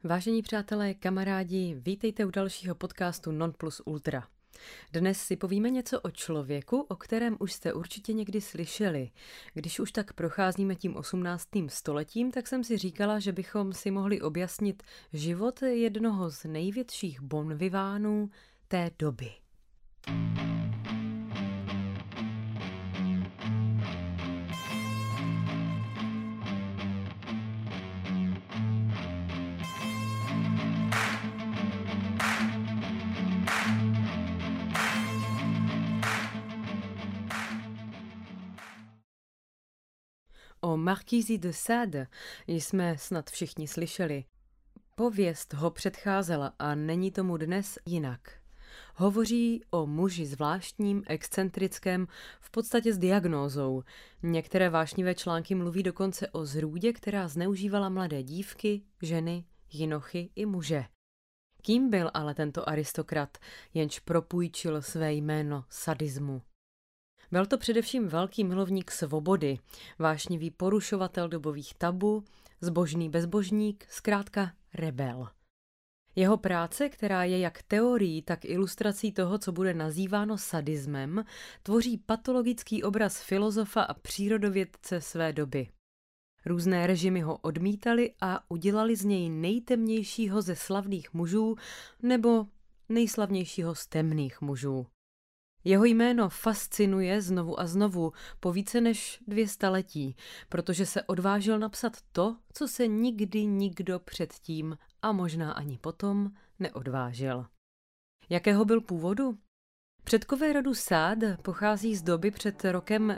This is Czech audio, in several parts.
Vážení přátelé, kamarádi, vítejte u dalšího podcastu Non Plus Ultra. Dnes si povíme něco o člověku, o kterém už jste určitě někdy slyšeli. Když už tak procházíme tím 18. stoletím, tak jsem si říkala, že bychom si mohli objasnit život jednoho z největších bonvivánů té doby. O Marquise de Sade jsme snad všichni slyšeli. Pověst ho předcházela a není tomu dnes jinak. Hovoří o muži zvláštním, excentrickém, v podstatě s diagnózou. Některé vášnivé články mluví dokonce o zrůdě, která zneužívala mladé dívky, ženy, jinochy i muže. Kým byl ale tento aristokrat, jenž propůjčil své jméno sadismu? Byl to především velký milovník svobody, vášnivý porušovatel dobových tabu, zbožný bezbožník, zkrátka rebel. Jeho práce, která je jak teorií, tak ilustrací toho, co bude nazýváno sadismem, tvoří patologický obraz filozofa a přírodovědce své doby. Různé režimy ho odmítali a udělali z něj nejtemnějšího ze slavných mužů nebo nejslavnějšího z temných mužů. Jeho jméno fascinuje znovu a znovu po více než 200 letí, protože se odvážil napsat to, co se nikdy nikdo předtím a možná ani potom neodvážil. Jakého byl původu? Předkové rodu Sade pochází z doby před rokem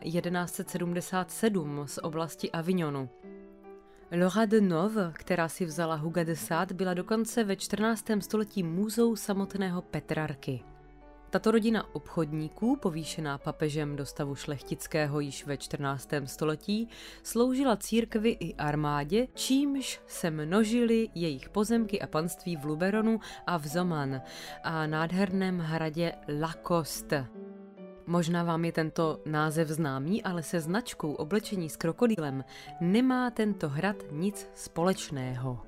1177 z oblasti Avignonu. Laura de Noves, která si vzala Huga de Sade, byla dokonce ve 14. století můzou samotného Petrarky. Tato rodina obchodníků, povýšená papežem do stavu šlechtického již ve 14. století, sloužila církvi i armádě, čímž se množily jejich pozemky a panství v Luberonu a v Zoman a nádherném hradě Lacoste. Možná vám je tento název známý, ale se značkou oblečení s krokodýlem nemá tento hrad nic společného.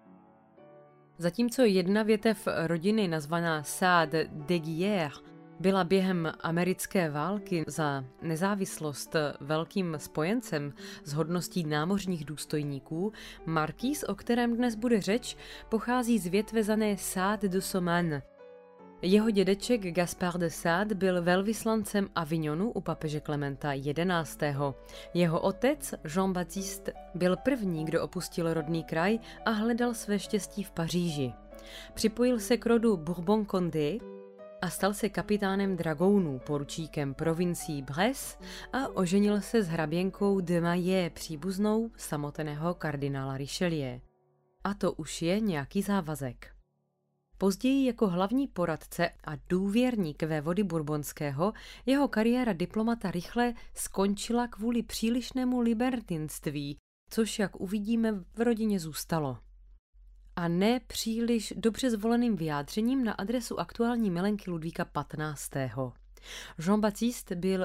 Zatímco jedna větev rodiny nazvaná Sade de Guerre byla během americké války za nezávislost velkým spojencem s hodností námořních důstojníků, Marquis, o kterém dnes bude řeč, pochází z větve zvané Sade de Soman. Jeho dědeček Gaspard de Sade byl velvyslancem Avignonu u papeže Klementa XI. Jeho otec Jean-Baptiste byl první, kdo opustil rodný kraj a hledal své štěstí v Paříži. Připojil se k rodu Bourbon-Condé a stal se kapitánem dragounů, poručíkem provincií Bresse a oženil se s hraběnkou de Maillé, příbuznou samotného kardinála Richelieu. A to už je nějaký závazek. Později jako hlavní poradce a důvěrník vévody Bourbonského jeho kariéra diplomata rychle skončila kvůli přílišnému libertinství, což, jak uvidíme, v rodině zůstalo. A ne příliš dobře zvoleným vyjádřením na adresu aktuální milenky Ludvíka XV. Jean-Baptiste byl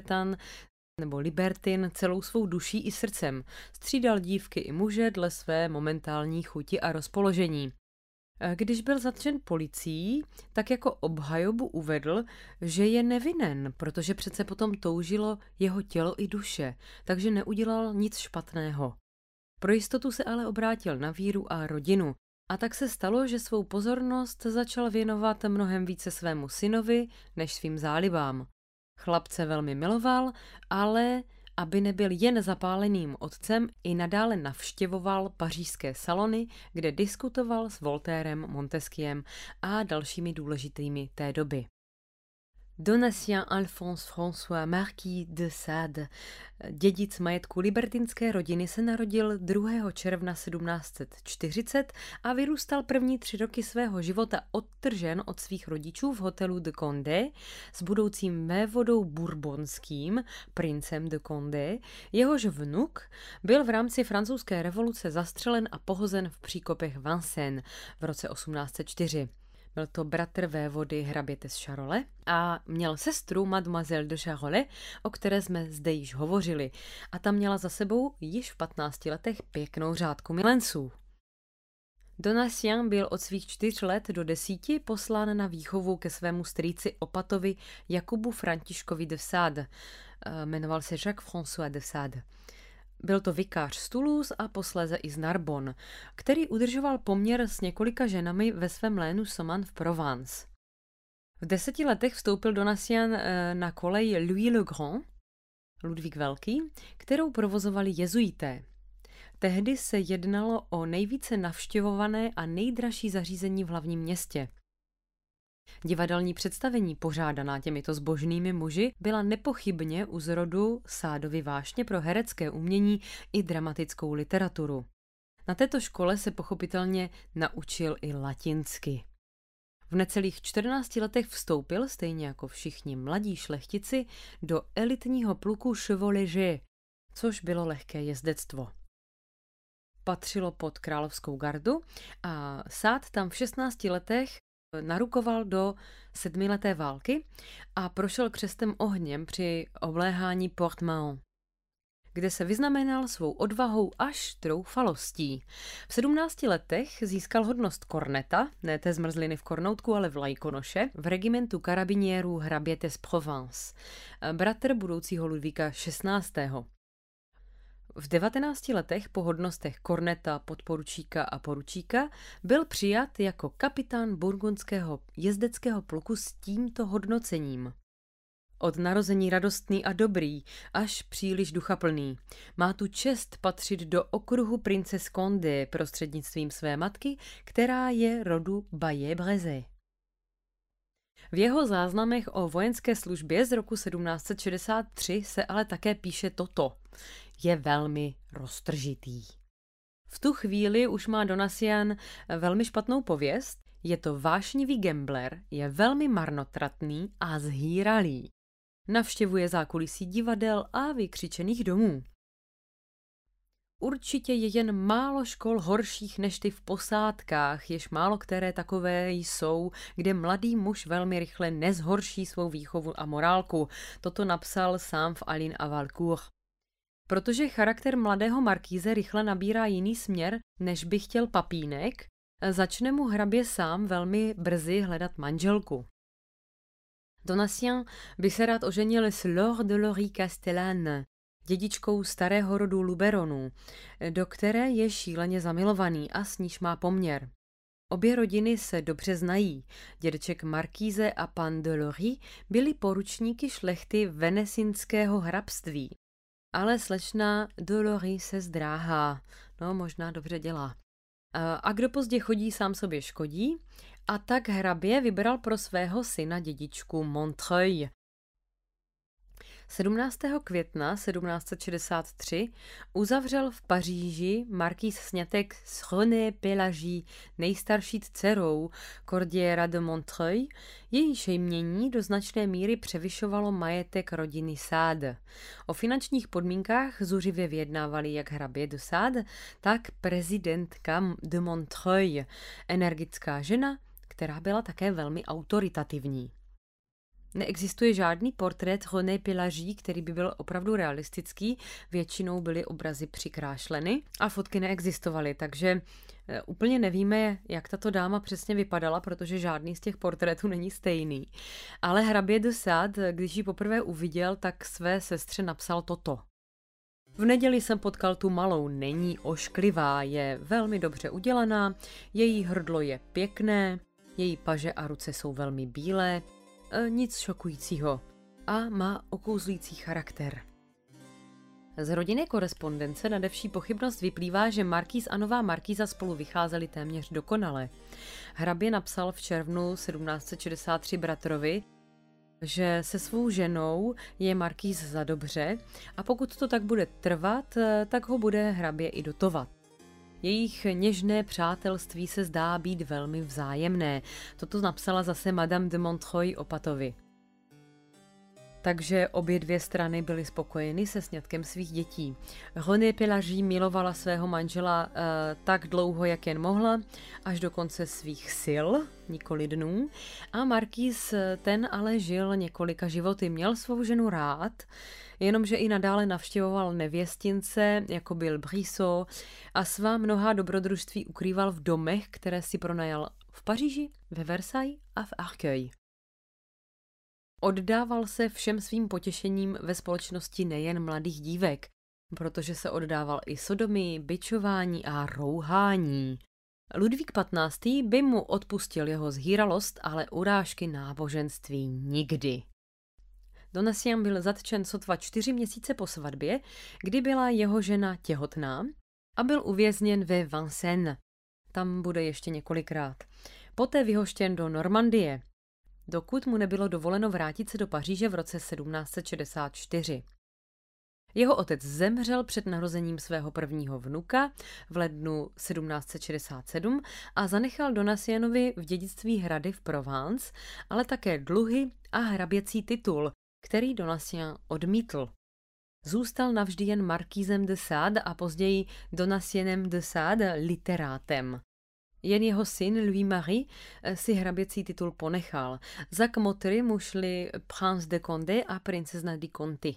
libertin celou svou duší i srdcem. Střídal dívky i muže dle své momentální chuti a rozpoložení. Když byl zatčen policií, tak jako obhajobu uvedl, že je nevinen, protože přece potom toužilo jeho tělo i duše, takže neudělal nic špatného. Pro jistotu se ale obrátil na víru a rodinu a tak se stalo, že svou pozornost začal věnovat mnohem více svému synovi než svým zálibám. Chlapce velmi miloval, ale aby nebyl jen zapáleným otcem, i nadále navštěvoval pařížské salony, kde diskutoval s Voltairem, Montesquiem a dalšími důležitými té doby. Donatien Alphonse François Marquis de Sade, dědic majetku libertinské rodiny, se narodil 2. června 1740 a vyrůstal první 3 roky svého života odtržen od svých rodičů v hotelu de Condé s budoucím vévodou bourbonským, princem de Condé. Jehož vnuk byl v rámci francouzské revoluce zastřelen a pohozen v příkopech Vincennes v roce 1804. Byl to bratr vévody hraběte z Charolais a měl sestru mademoiselle de Charolais, o které jsme zde již hovořili, a ta měla za sebou již v 15 letech pěknou řádku milenců. Donatien byl od svých 4 let do 10 poslán na výchovu ke svému strýci opatovi Jakubu Františkovi de Sade. Jmenoval se Jacques-François de Sade. Byl to vikář z Toulouse a posléze i z Narbonne, který udržoval poměr s několika ženami ve svém lénu Soman v Provence. V 10 letech vstoupil Donatien na kolej Louis le Grand, Ludvík Velký, kterou provozovali jezuité. Tehdy se jednalo o nejvíce navštěvované a nejdražší zařízení v hlavním městě. Divadelní představení pořádaná těmito zbožnými muži byla nepochybně u zrodu Sádovy vášně pro herecké umění i dramatickou literaturu. Na této škole se pochopitelně naučil i latinsky. V necelých 14 letech vstoupil, stejně jako všichni mladí šlechtici, do elitního pluku Chevaux légers, což bylo lehké jezdectvo. Patřilo pod královskou gardu a Sade tam v 16 letech narukoval do 7leté války a prošel křestem ohněm při obléhání Port-Mahon, kde se vyznamenal svou odvahou až troufalostí. V 17 letech získal hodnost korneta, ne té zmrzliny v kornoutku, ale vlajkonoše, v regimentu karabiniérů hraběte z Provence, bratr budoucího Ludvíka XVI. V 19 letech po hodnostech korneta, podporučíka a poručíka byl přijat jako kapitán burgundského jezdeckého pluku s tímto hodnocením. Od narození radostný a dobrý, až příliš duchaplný. Má tu čest patřit do okruhu princes Condé prostřednictvím své matky, která je rodu Bayeux-Brezé. V jeho záznamech o vojenské službě z roku 1763 se ale také píše toto. Je velmi roztržitý. V tu chvíli už má Donatien velmi špatnou pověst, je to vášnivý gambler, je velmi marnotratný a zhýralý. Navštěvuje zákulisí divadel a vykřičených domů. Určitě je jen málo škol horších než ty v posádkách, jež málo které takové jsou, kde mladý muž velmi rychle nezhorší svou výchovu a morálku. Toto napsal sám v Aline a Valcourt. Protože charakter mladého markíze rychle nabírá jiný směr, než by chtěl papínek, začne mu hrabě sám velmi brzy hledat manželku. Donatien by se rád oženil s Laure de Lory Castellane, dědičkou starého rodu Luberonů, do které je šíleně zamilovaný a s níž má poměr. Obě rodiny se dobře znají. Dědeček markíze a pan de Lory byli poručníky šlechty venesinského hrabství. Ale slečna de Lory se zdráhá. No, možná dobře dělá. A kdo pozdě chodí, sám sobě škodí. A tak hrabě vybral pro svého syna dědičku Montreuil. 17. května 1763 uzavřel v Paříži markýz sňatek s René Pélagie, nejstarší dcerou Cordiera de Montreuil, jejíž jmění do značné míry převyšovalo majetek rodiny Sade. O finančních podmínkách zuřivě vyjednávali jak hrabě de Sade, tak prezidentka de Montreuil, energická žena, která byla také velmi autoritativní. Neexistuje žádný portrét René Pélagie, který by byl opravdu realistický, většinou byly obrazy přikrášleny a fotky neexistovaly, takže úplně nevíme, jak tato dáma přesně vypadala, protože žádný z těch portrétů není stejný. Ale hrabě de Sade, když ji poprvé uviděl, tak své sestře napsal toto. V neděli jsem potkal tu malou, není ošklivá, je velmi dobře udělaná, její hrdlo je pěkné, její paže a ruce jsou velmi bílé, nic šokujícího a má okouzlující charakter. Z rodinné korespondence nadevší pochybnost vyplývá, že markýz a nová markýza spolu vycházeli téměř dokonale. Hrabě napsal v červnu 1763 bratrovi, že se svou ženou je markýz za dobře a pokud to tak bude trvat, tak ho bude hrabě i dotovat. Jejich něžné přátelství se zdá být velmi vzájemné. Toto napsala zase Madame de Montreuil opatovi. Takže obě dvě strany byly spokojeny se sňatkem svých dětí. René Pélagie milovala svého manžela tak dlouho, jak jen mohla, až do konce svých sil, nikoli dnů. A Markýz ten ale žil několika životy, měl svou ženu rád, jenomže i nadále navštěvoval nevěstince, jako byl Brissot, a svá mnohá dobrodružství ukrýval v domech, které si pronajal v Paříži, ve Versailles a v Arcueil. Oddával se všem svým potěšením ve společnosti nejen mladých dívek, protože se oddával i sodomii, bičování a rouhání. Ludvík XV. By mu odpustil jeho zhýralost, ale urážky náboženství nikdy. Donatien byl zatčen sotva 4 měsíce po svatbě, kdy byla jeho žena těhotná, a byl uvězněn ve Vincennes. Tam bude ještě několikrát. Poté vyhoštěn do Normandie, dokud mu nebylo dovoleno vrátit se do Paříže v roce 1764. Jeho otec zemřel před narozením svého prvního vnuka v lednu 1767 a zanechal Donatienovi v dědictví hrady v Provence, ale také dluhy a hraběcí titul, který Donatien odmítl. Zůstal navždy jen markýzem de Sade a později Donatienem de Sade literátem. Jen jeho syn Louis-Marie si hraběcí titul ponechal. Za kmotry mu šli Prince de Condé a princezna de Conti.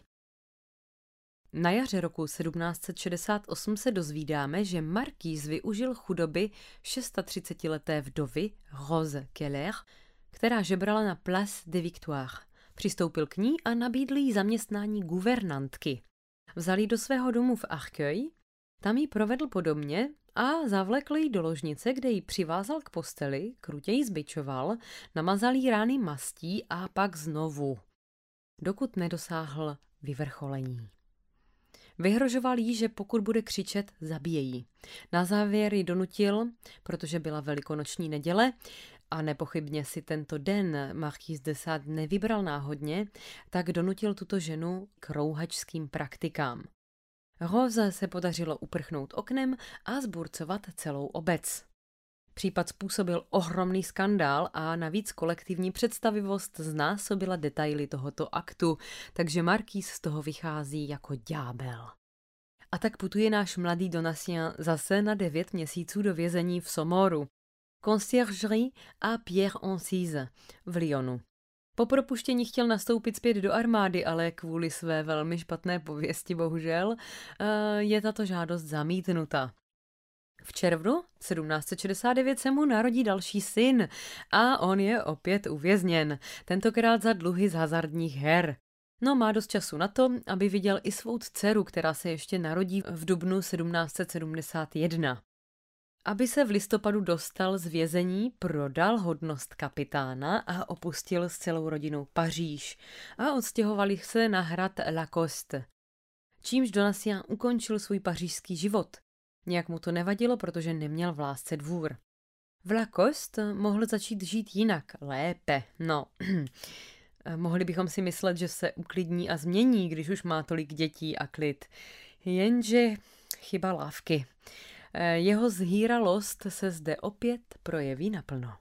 Na jaře roku 1768 se dozvídáme, že markýz využil chudoby 36leté vdovy Rose Keller, která žebrala na Place des Victoires. Přistoupil k ní a nabídl jí zaměstnání guvernantky. Vzal ji do svého domu v Arcueil, tam ji provedl podobně a zavlekl ji do ložnice, kde ji přivázal k posteli, krutě ji zbičoval, namazal jí rány mastí a pak znovu, dokud nedosáhl vyvrcholení. Vyhrožoval jí, že pokud bude křičet, zabije ji. Na závěr ji donutil, protože byla velikonoční neděle a nepochybně si tento den Marquis de Sade nevybral náhodně, tak donutil tuto ženu k rouhačským praktikám. Rose se podařilo uprchnout oknem a zburcovat celou obec. Případ způsobil ohromný skandál a navíc kolektivní představivost znásobila detaily tohoto aktu, takže Markýz z toho vychází jako ďábel. A tak putuje náš mladý Donatien zase na 9 měsíců do vězení v Somoru, Conciergerie a Pierre-Encise v Lyonu. Po propuštění chtěl nastoupit zpět do armády, ale kvůli své velmi špatné pověsti bohužel je tato žádost zamítnuta. V červnu 1769 se mu narodí další syn a on je opět uvězněn, tentokrát za dluhy z hazardních her. No, má dost času na to, aby viděl i svou dceru, která se ještě narodí v dubnu 1771. Aby se v listopadu dostal z vězení, prodal hodnost kapitána a opustil s celou rodinou Paříž a odstěhovali se na hrad Lacoste. Čímž Donatien ukončil svůj pařížský život. Nějak mu to nevadilo, protože neměl v lásce dvůr. V Lacoste mohl začít žít jinak, lépe, no. Mohli bychom si myslet, že se uklidní a změní, když už má tolik dětí a klid. Jenže chyba lávky. Jeho zhýralost se zde opět projeví naplno.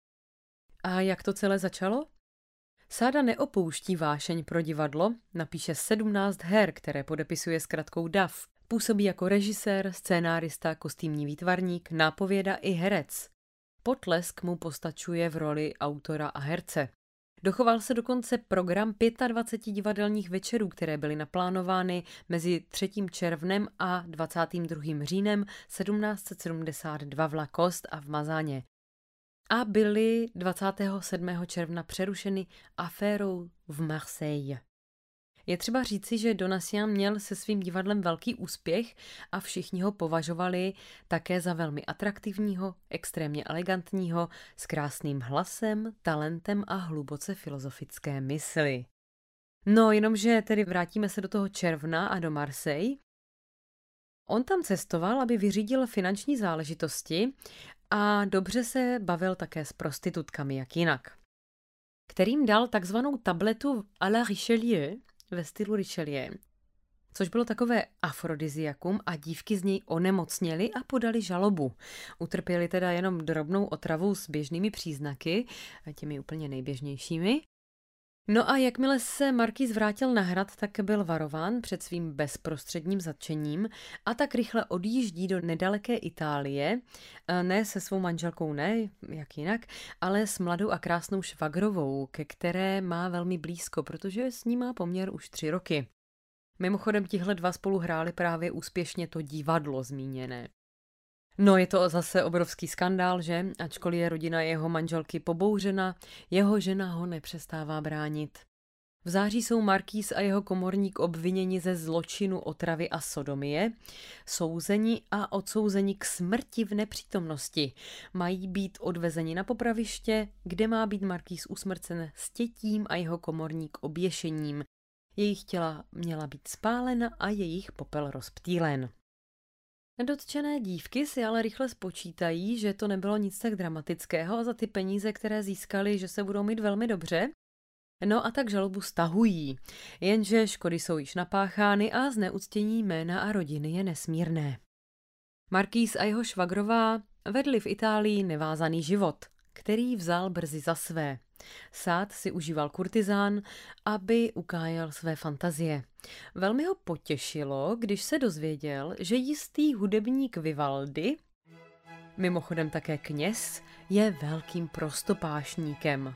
A jak to celé začalo? Sade neopouští vášeň pro divadlo, napíše 17 her, které podepisuje zkratkou DAF. Působí jako režisér, scénárista, kostýmní výtvarník, nápověda i herec. Potlesk mu postačuje v roli autora a herce. Dochoval se dokonce program 25 divadelních večerů, které byly naplánovány mezi 3. červnem a 22. říjnem 1772 v Lacoste a v Mazaně. A byly 27. června přerušeny aférou v Marseille. Je třeba říci, že Donatien měl se svým divadlem velký úspěch a všichni ho považovali také za velmi atraktivního, extrémně elegantního, s krásným hlasem, talentem a hluboce filozofické mysli. No, jenomže tedy vrátíme se do toho června a do Marseille. On tam cestoval, aby vyřídil finanční záležitosti a dobře se bavil také s prostitutkami, jak jinak. Kterým dal takzvanou tabletu à la Richelieu, ve stylu Richelieu, což bylo takové afrodiziakum a dívky z něj onemocněly a podali žalobu. Utrpěli teda jenom drobnou otravu s běžnými příznaky, těmi úplně nejběžnějšími. No a jakmile se Marquis vrátil na hrad, tak byl varován před svým bezprostředním zatčením a tak rychle odjíždí do nedaleké Itálie, ne se svou manželkou, ne, jak jinak, ale s mladou a krásnou švagrovou, ke které má velmi blízko, protože s ní má poměr už 3 roky. Mimochodem tihle dva spolu hráli právě úspěšně to divadlo zmíněné. No, je to zase obrovský skandál, že? Ačkoliv je rodina jeho manželky pobouřena, jeho žena ho nepřestává bránit. V září jsou Marquis a jeho komorník obviněni ze zločinu otravy a sodomie, souzeni a odsouzeni k smrti v nepřítomnosti. Mají být odvezeni na popraviště, kde má být Marquis usmrcen stětím a jeho komorník oběšením. Jejich těla měla být spálena a jejich popel rozptýlen. Dotčené dívky si ale rychle spočítají, že to nebylo nic tak dramatického a za ty peníze, které získali, že se budou mít velmi dobře. No a tak žalobu stahují, jenže škody jsou již napáchány a zneuctění jména a rodiny je nesmírné. Marquis a jeho švagrová vedli v Itálii nevázaný život, který vzal brzy za své. Sád si užíval kurtizán, aby ukájel své fantazie. Velmi ho potěšilo, když se dozvěděl, že jistý hudebník Vivaldi, mimochodem také kněz, je velkým prostopášníkem.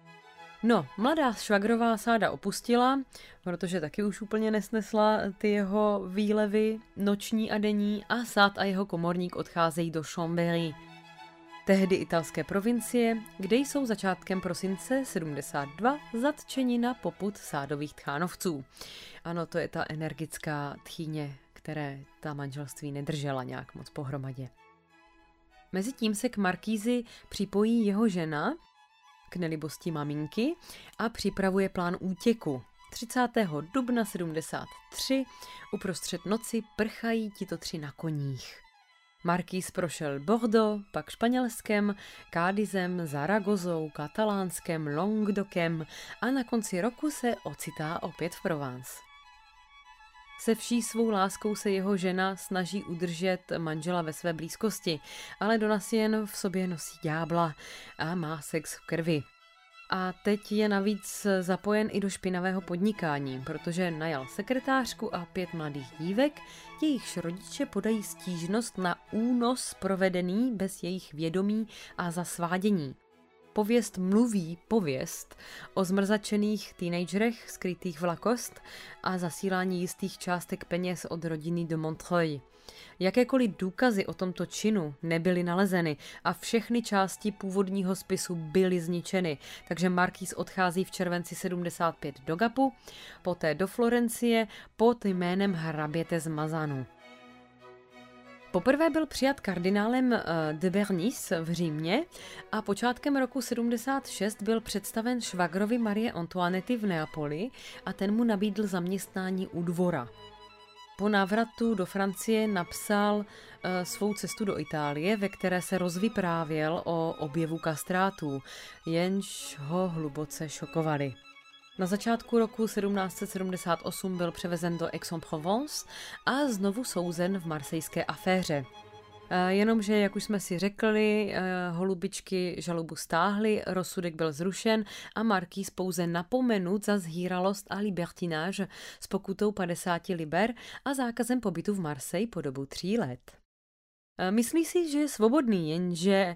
No, mladá švagrová Sáda opustila, protože taky už úplně nesnesla ty jeho výlevy noční a denní a Sád a jeho komorník odcházejí do Chambéry, tehdy italské provincie, kde jsou začátkem prosince 72 zatčeni na popud Sádových tchánovců. Ano, to je ta energická tchýně, které ta manželství nedržela nějak moc pohromadě. Mezitím se k Marquísi připojí jeho žena, k nelibosti maminky, a připravuje plán útěku. 30. dubna 73 uprostřed noci prchají tito 3 na koních. Marquis prošel Bordeaux, pak Španělskem, Cádizem, Zaragozou, Katalánskem, Languedocem a na konci roku se ocitá opět v Provence. Se vší svou láskou se jeho žena snaží udržet manžela ve své blízkosti, ale Donatien v sobě nosí ďábla a má sex v krvi. A teď je navíc zapojen i do špinavého podnikání, protože najal sekretářku a 5 mladých dívek, jejichž rodiče podají stížnost na únos provedený bez jejich vědomí a za svádění. Pověst mluví pověst o zmrzačených teenagerech skrytých v Lacoste a zasílání jistých částek peněz od rodiny de Montreuil. Jakékoliv důkazy o tomto činu nebyly nalezeny a všechny části původního spisu byly zničeny, takže Marquis odchází v červenci 75 do Gapu, poté do Florencie pod jménem hraběte z Mazanu. Poprvé byl přijat kardinálem de Bernis v Římě a počátkem roku 76 byl představen švagrovi Marie Antoinety v Neapoli a ten mu nabídl zaměstnání u dvora. Po návratu do Francie napsal svou cestu do Itálie, ve které se rozvyprávěl o objevu kastrátů, jenž ho hluboce šokovali. Na začátku roku 1778 byl převezen do Aix-en-Provence a znovu souzen v marsejské aféře. Jenomže, jak už jsme si řekli, holubičky žalobu stáhly, rozsudek byl zrušen a Marquis pouze napomenut za zhýralost a libertinage s pokutou 50 liber a zákazem pobytu v Marseille po dobu 3 let. Myslí si, že je svobodný, jenže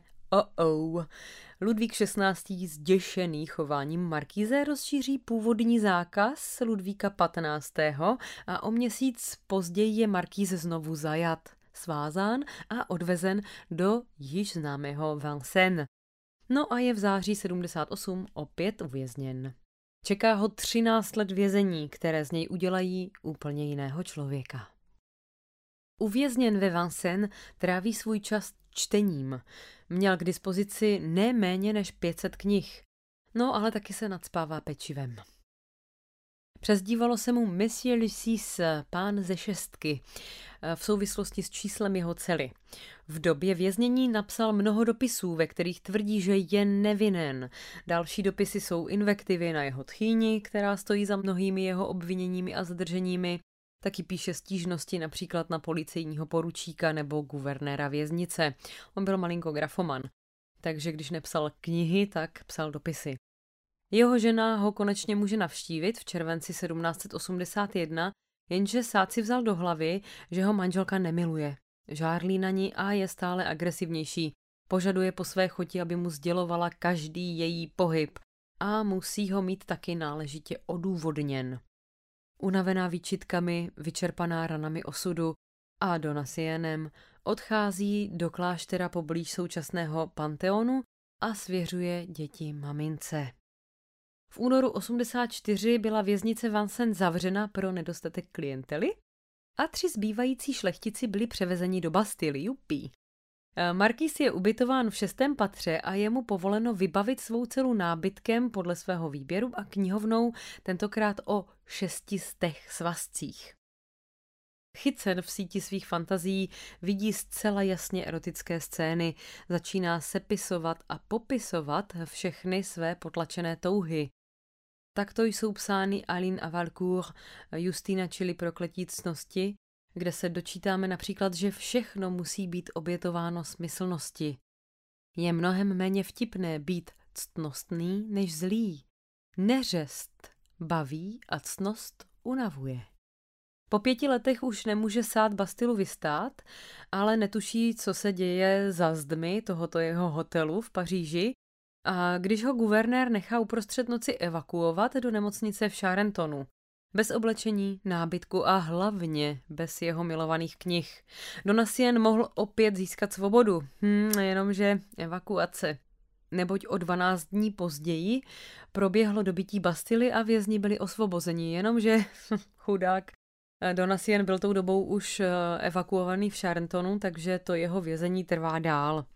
Ludvík XVI. Zděšený chováním Markíze rozšíří původní zákaz Ludvíka XV. A o měsíc později je Markíz znovu zajat, svázán a odvezen do již známého Vincennes. No a je v září 78 opět uvězněn. Čeká ho 13 let vězení, které z něj udělají úplně jiného člověka. Uvězněn ve Vincennes tráví svůj čas čtením. Měl k dispozici ne méně než 500 knih. No, ale taky se nacpává pečivem. Přezdívalo se mu Monsieur Lucis, pán ze šestky, v souvislosti s číslem jeho cely. V době věznění napsal mnoho dopisů, ve kterých tvrdí, že je nevinen. Další dopisy jsou invektivy na jeho tchýni, která stojí za mnohými jeho obviněními a zadrženími. Taky píše stížnosti například na policejního poručíka nebo guvernéra věznice. On byl malinko grafoman, takže když nepsal knihy, tak psal dopisy. Jeho žena ho konečně může navštívit v červenci 1781, jenže Sade si vzal do hlavy, že ho manželka nemiluje. Žárlí na ní a je stále agresivnější. Požaduje po své choti, aby mu sdělovala každý její pohyb a musí ho mít taky náležitě odůvodněn. Unavená výčitkami, vyčerpaná ranami osudu a Donasienem odchází do kláštera poblíž současného Panteonu a svěřuje děti mamince. V únoru 84 byla věznice Vincennes zavřena pro nedostatek klientely a 3 zbývající šlechtici byli převezeni do Bastily. Jupí. Markýz je ubytován v 6. patře a je mu povoleno vybavit svou celu nábytkem podle svého výběru a knihovnou, tentokrát o 600 svazcích. Chycen v síti svých fantazií vidí zcela jasně erotické scény, začíná sepisovat a popisovat všechny své potlačené touhy. Takto jsou psány Aline a Valcourt, Justina čili Prokletí ctnosti, kde se dočítáme například, že všechno musí být obětováno smyslnosti. Je mnohem méně vtipné být ctnostný než zlý. Neřest baví a ctnost unavuje. Po 5 letech už nemůže Sade Bastilu vystát, ale netuší, co se děje za zdmi tohoto jeho hotelu v Paříži, a když ho guvernér nechá uprostřed noci evakuovat do nemocnice v Charentonnu. Bez oblečení, nábytku a hlavně bez jeho milovaných knih. Donatien mohl opět získat svobodu, jenomže evakuace. Neboť o 12 dní později proběhlo dobytí Bastily a vězni byli osvobozeni, jenomže chudák Donatien byl tou dobou už evakuovaný v Charentonnu, takže to jeho vězení trvá dál.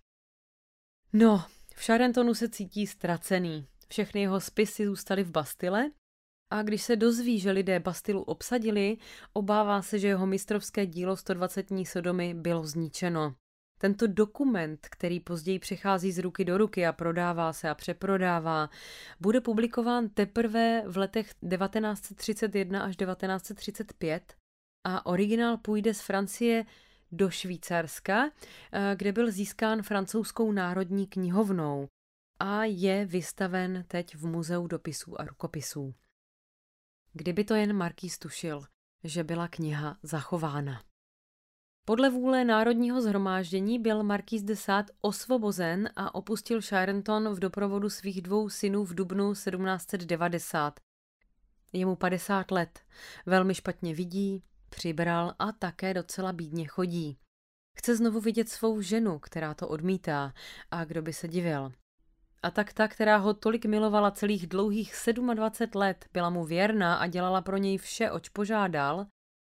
No, v Charentonnu se cítí ztracený. Všechny jeho spisy zůstaly v Bastille a když se dozví, že lidé Bastilu obsadili, obává se, že jeho mistrovské dílo 120 dní Sodomy bylo zničeno. Tento dokument, který později přechází z ruky do ruky a prodává se a přeprodává, bude publikován teprve v letech 1931 až 1935 a originál půjde z Francie do Švýcarska, kde byl získán francouzskou národní knihovnou a je vystaven teď v Muzeu dopisů a rukopisů. Kdyby to jen Markýz tušil, že byla kniha zachována. Podle vůle Národního shromáždění byl Markýz de Sade osvobozen a opustil Charenton v doprovodu svých 2 synů v dubnu 1790. Je mu 50 let, velmi špatně vidí, přibral a také docela bídně chodí. Chce znovu vidět svou ženu, která to odmítá, a kdo by se divil. A tak ta, která ho tolik milovala celých dlouhých 27 let, byla mu věrná a dělala pro něj vše, oč požádal,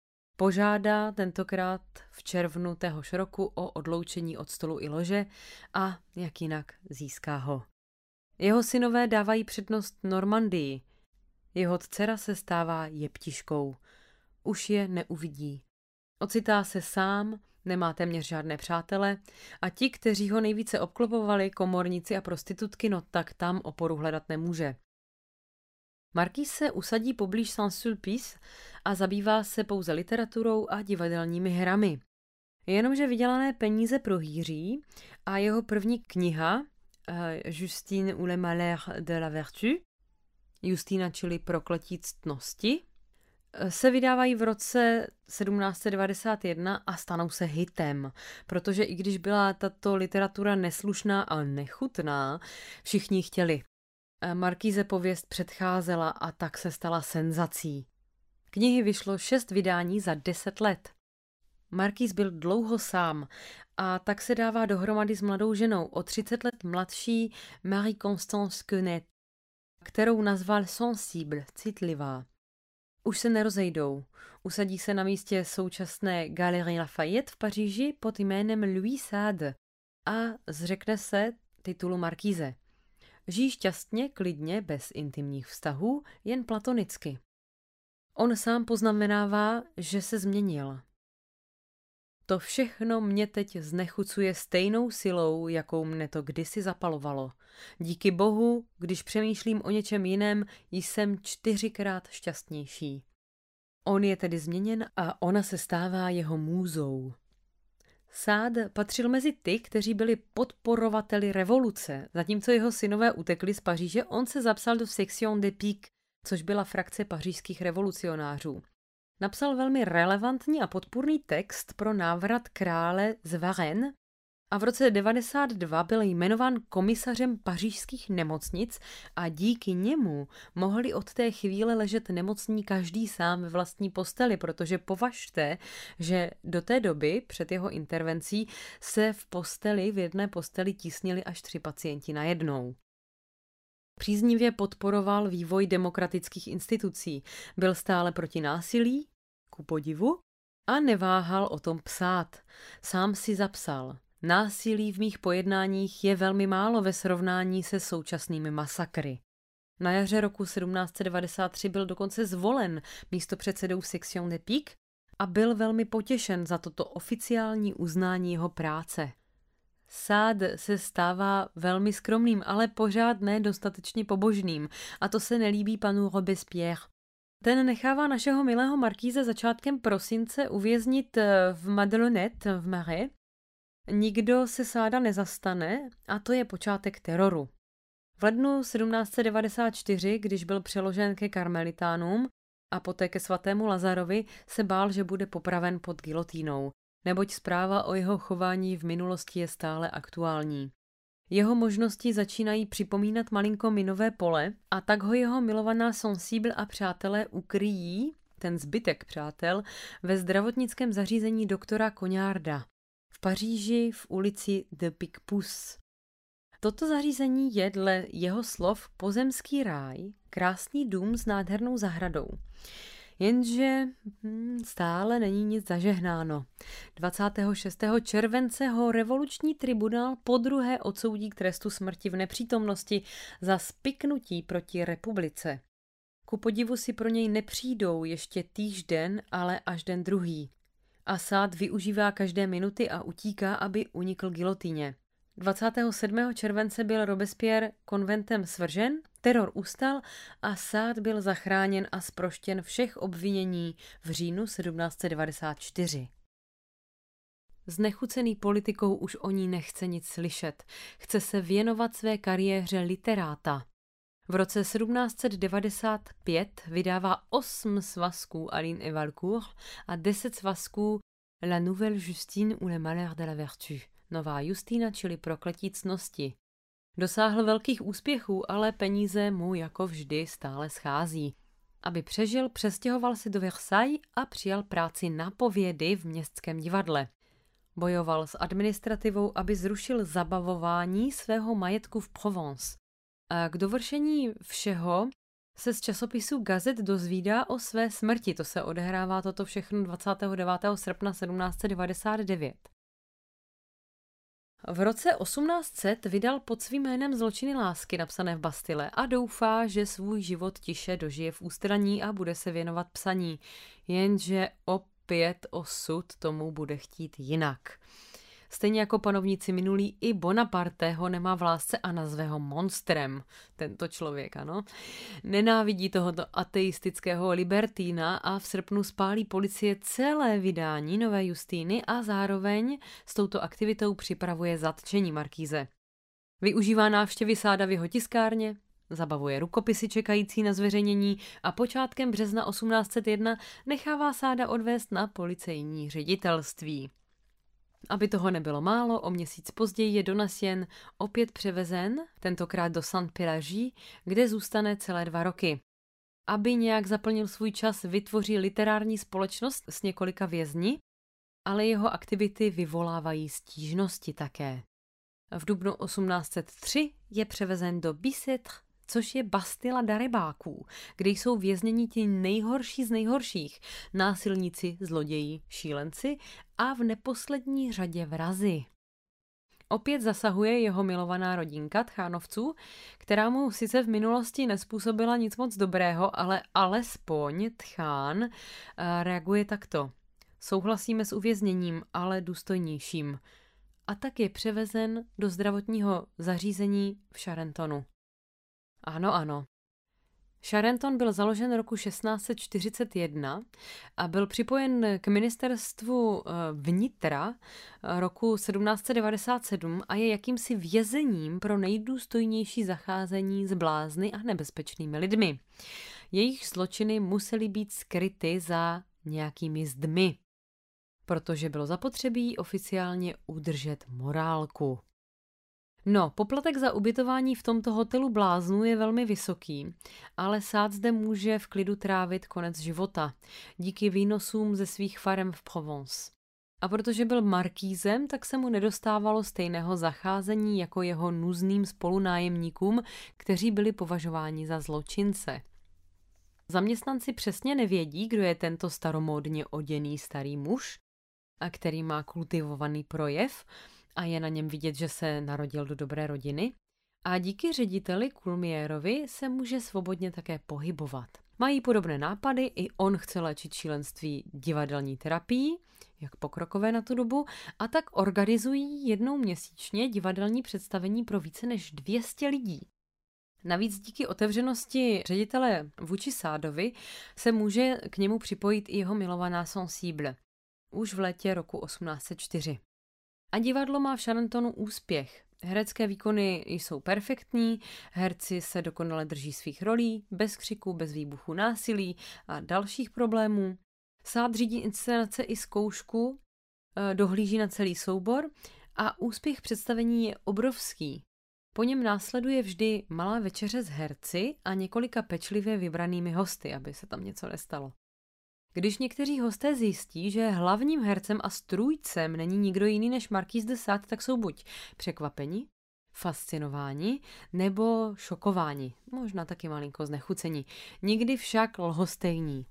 požádá tentokrát v červnu téhož roku o odloučení od stolu i lože a, jak jinak, získá ho. Jeho synové dávají přednost Normandii. Jeho dcera se stává jeptiškou. Už je neuvidí. Ocitá se sám, nemá téměř žádné přátele a ti, kteří ho nejvíce obklopovali, komorníci a prostitutky, no tak tam oporu hledat nemůže. Markýz se usadí poblíž Saint-Sulpice a zabývá se pouze literaturou a divadelními hrami. Jenomže vydělané peníze prohýří a jeho první kniha, Justine ou les malheurs de la vertu, Justina čili Prokletí ctnosti, se vydávají v roce 1791 a stanou se hitem, protože i když byla tato literatura neslušná a nechutná, všichni chtěli. Markýze pověst předcházela a tak se stala senzací. Knihy vyšlo 6 vydání za 10 let. Markýz byl dlouho sám a tak se dává dohromady s mladou ženou o 30 let mladší Marie-Constance Quenet, kterou nazval sensible, citlivá. Už se nerozejdou. Usadí se na místě současné Galerie Lafayette v Paříži pod jménem Louis Sade a zřekne se titulu markýze. Žijí šťastně, klidně, bez intimních vztahů, jen platonicky. On sám poznamenává, že se změnil. To všechno mě teď znechucuje stejnou silou, jakou mne to kdysi zapalovalo. Díky Bohu, když přemýšlím o něčem jiném, jsem 4krát šťastnější. On je tedy změněn a ona se stává jeho můzou. Sád patřil mezi ty, kteří byli podporovateli revoluce. Zatímco jeho synové utekli z Paříže, on se zapsal do Section des Piques, což byla frakce pařížských revolucionářů. Napsal velmi relevantní a podpůrný text pro návrat krále z Varennes a v roce 92 byl jmenován komisařem pařížských nemocnic a díky němu mohli od té chvíle ležet nemocní každý sám ve vlastní posteli, protože považte, že do té doby před jeho intervencí se v jedné posteli tísnili až 3 pacienti najednou. Příznivě podporoval vývoj demokratických institucí, byl stále proti násilí, ku podivu, a neváhal o tom psát. Sám si zapsal: násilí v mých pojednáních je velmi málo ve srovnání se současnými masakry. Na jaře roku 1793 byl dokonce zvolen místopředsedou Section des Piques a byl velmi potěšen za toto oficiální uznání jeho práce. Sád se stává velmi skromným, ale pořád ne dostatečně pobožným, a to se nelíbí panu Robespierre. Ten nechává našeho milého markíze začátkem prosince uvěznit v Madelonette v Marais. Nikdo se Sáda nezastane a to je počátek teroru. V lednu 1794, když byl přeložen ke karmelitánům a poté ke svatému Lazarovi, se bál, že bude popraven pod gilotínou, neboť zpráva o jeho chování v minulosti je stále aktuální. Jeho možnosti začínají připomínat malinko minové pole a tak ho jeho milovaná Sensible a přátelé ukryjí, ten zbytek přátel, ve zdravotnickém zařízení doktora Cognarda v Paříži v ulici de Picpus. Toto zařízení je dle jeho slov pozemský ráj, krásný dům s nádhernou zahradou. Jenže stále není nic zažehnáno. 26. července ho revoluční tribunál podruhé odsoudí k trestu smrti v nepřítomnosti za spiknutí proti republice. Ku podivu si pro něj nepřijdou ještě týž den, ale až den druhý. A Sád využívá každé minuty a utíká, aby unikl gilotíně. 27. července byl Robespierre konventem svržen, teror ustal a Sád byl zachráněn a zproštěn všech obvinění v říjnu 1794. Znechucený politikou už o ní nechce nic slyšet. Chce se věnovat své kariéře literáta. V roce 1795 vydává 8 svazků Aline et Valcourt a 10 svazků La Nouvelle Justine ou les Malheurs de la Vertu. Nová Justína, čili prokletí ctnosti. Dosáhl velkých úspěchů, ale peníze mu jako vždy stále schází. Aby přežil, přestěhoval se do Versailles a přijal práci na povědy v městském divadle. Bojoval s administrativou, aby zrušil zabavování svého majetku v Provence. A k dovršení všeho se z časopisu Gazette dozvídá o své smrti. To se odehrává toto všechno 29. srpna 1799. V roce 1800 vydal pod svým jménem Zločiny lásky napsané v Bastille a doufá, že svůj život tiše dožije v ústraní a bude se věnovat psaní. Jenže opět osud tomu bude chtít jinak. Stejně jako panovníci minulí, i Bonaparte ho nemá v lásce a nazve ho monstrem. Tento člověk, ano. Nenávidí tohoto ateistického libertína a v srpnu spálí policie celé vydání Nové Justíny a zároveň s touto aktivitou připravuje zatčení markíze. Využívá návštěvy Sáda v jeho tiskárně, zabavuje rukopisy čekající na zveřejnění a počátkem března 1801 nechává Sáda odvést na policejní ředitelství. Aby toho nebylo málo, o měsíc později je do Nassien opět převezen, tentokrát do Saint-Pélagie, kde zůstane celé 2 roky. Aby nějak zaplnil svůj čas, vytvoří literární společnost s několika vězni, ale jeho aktivity vyvolávají stížnosti také. V dubnu 1803 je převezen do Bicêtre, což je bastila darebáků, kde jsou vězněni ti nejhorší z nejhorších, násilníci, zloději, šílenci a v neposlední řadě vrazi. Opět zasahuje jeho milovaná rodinka Tchánovců, která mu sice v minulosti nespůsobila nic moc dobrého, ale alespoň Tchán reaguje takto. Souhlasíme s uvězněním, ale důstojnějším. A tak je převezen do zdravotního zařízení v Charentonu. Ano, ano. Charenton byl založen roku 1641 a byl připojen k ministerstvu vnitra roku 1797 a je jakýmsi vězením pro nejdůstojnější zacházení s blázny a nebezpečnými lidmi. Jejich zločiny musely být skryty za nějakými zdmi, protože bylo zapotřebí oficiálně udržet morálku. No, poplatek za ubytování v tomto hotelu bláznů je velmi vysoký, ale Sade zde může v klidu trávit konec života, díky výnosům ze svých farem v Provence. A protože byl markýzem, tak se mu nedostávalo stejného zacházení jako jeho nuzným spolunájemníkům, kteří byli považováni za zločince. Zaměstnanci přesně nevědí, kdo je tento staromódně oděný starý muž, a který má kultivovaný projev, a je na něm vidět, že se narodil do dobré rodiny. A díky řediteli Coulmièrovi se může svobodně také pohybovat. Mají podobné nápady, i on chce léčit šílenství divadelní terapií, jak pokrokové na tu dobu, a tak organizují jednou měsíčně divadelní představení pro více než 200 lidí. Navíc díky otevřenosti ředitele vůči Sadovi se může k němu připojit i jeho milovaná Sensible, už v létě roku 1804. A divadlo má v Charentonu úspěch. Herecké výkony jsou perfektní, herci se dokonale drží svých rolí, bez křiku, bez výbuchu násilí a dalších problémů. Sade řídí inscenace i zkoušku, dohlíží na celý soubor a úspěch představení je obrovský. Po něm následuje vždy malá večeře s herci a několika pečlivě vybranými hosty, aby se tam něco nestalo. Když někteří hosté zjistí, že hlavním hercem a strůjcem není nikdo jiný než Marquis de Sade, tak jsou buď překvapeni, fascinováni nebo šokováni, možná taky malinko znechucení, nikdy však lhostejní.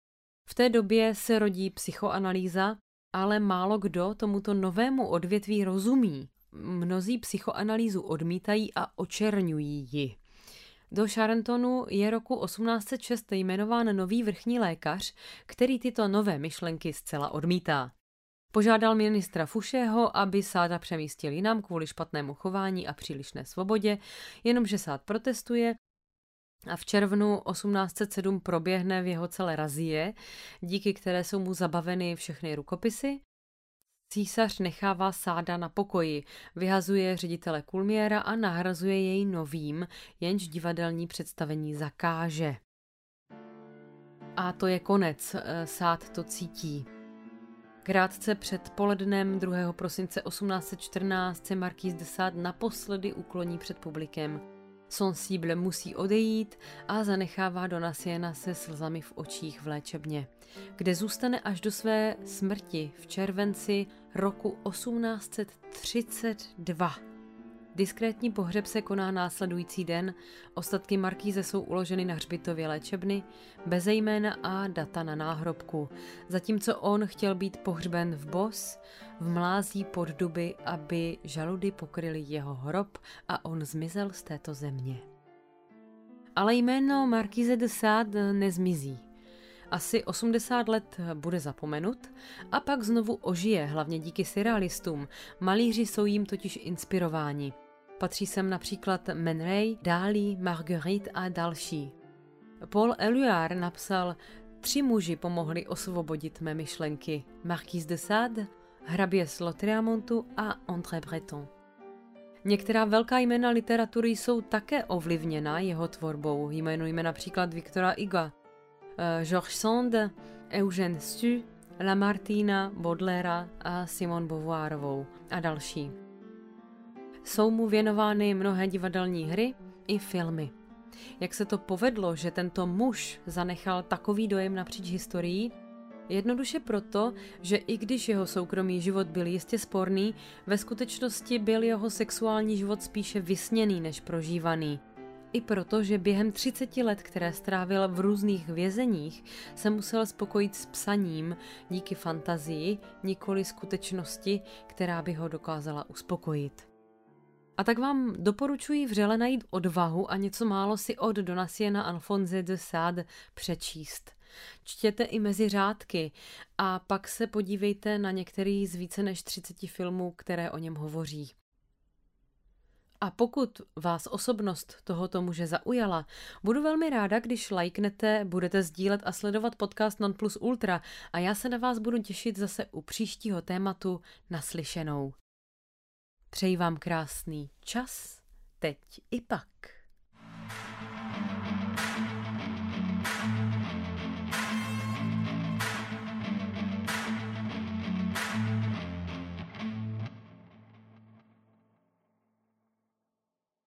V té době se rodí psychoanalýza, ale málo kdo tomuto novému odvětví rozumí. Mnozí psychoanalýzu odmítají a očerňují ji. Do Charentonu je roku 1806 jmenován nový vrchní lékař, který tyto nové myšlenky zcela odmítá. Požádal ministra Fouchého, aby Sada přemístil jinam kvůli špatnému chování a přílišné svobodě, jenomže Sade protestuje a v červnu 1807 proběhne v jeho celé razie, díky které jsou mu zabaveny všechny rukopisy. Císař nechává Sada na pokoji, vyhazuje ředitele Coulmièra a nahrazuje jej novým, jenž divadelní představení zakáže. A to je konec, Sade to cítí. Krátce před polednem 2. prosince 1814 se Marquis de Sade naposledy ukloní před publikem. Sensible musí odejít a zanechává Donasiena se slzami v očích v léčebně, kde zůstane až do své smrti v červenci roku 1832. Diskrétní pohřeb se koná následující den, ostatky markýze jsou uloženy na hřbitově léčebny, beze jména a data na náhrobku, zatímco on chtěl být pohřben v Beauce, v Mlází pod duby, aby žaludy pokryly jeho hrob a on zmizel z této země. Ale jméno Marquise de Sade nezmizí. Asi 80 let bude zapomenut a pak znovu ožije, hlavně díky surrealistům. Malíři jsou jim totiž inspirováni. Patří sem například Man Ray, Dali, Marguerite a další. Paul Éluard napsal: 3 muži pomohli osvobodit mé myšlenky. Marquis de Sade, hrabě z Lautréamontu a André Breton. Některá velká jména literatury jsou také ovlivněna jeho tvorbou. Jmenujeme například Victora Huga, Georges Sand, Eugène Sue, Lamartina, Baudelaire a Simone Beauvoirovou a další. Jsou mu věnovány mnohé divadelní hry i filmy. Jak se to povedlo, že tento muž zanechal takový dojem napříč historií? Jednoduše proto, že i když jeho soukromý život byl jistě sporný, ve skutečnosti byl jeho sexuální život spíše vysněný než prožívaný. I proto, že během 30 let, které strávil v různých vězeních, se musel spokojit s psaním díky fantazii, nikoli skutečnosti, která by ho dokázala uspokojit. A tak vám doporučuji vřele najít odvahu a něco málo si od Donatiena Alphonse de Sade přečíst. Čtěte i mezi řádky a pak se podívejte na některý z více než 30 filmů, které o něm hovoří. A pokud vás osobnost tohoto muže zaujala, budu velmi ráda, když lajknete, budete sdílet a sledovat podcast Non Plus Ultra a já se na vás budu těšit zase u příštího tématu naslyšenou. Přeji vám krásný čas, teď i pak.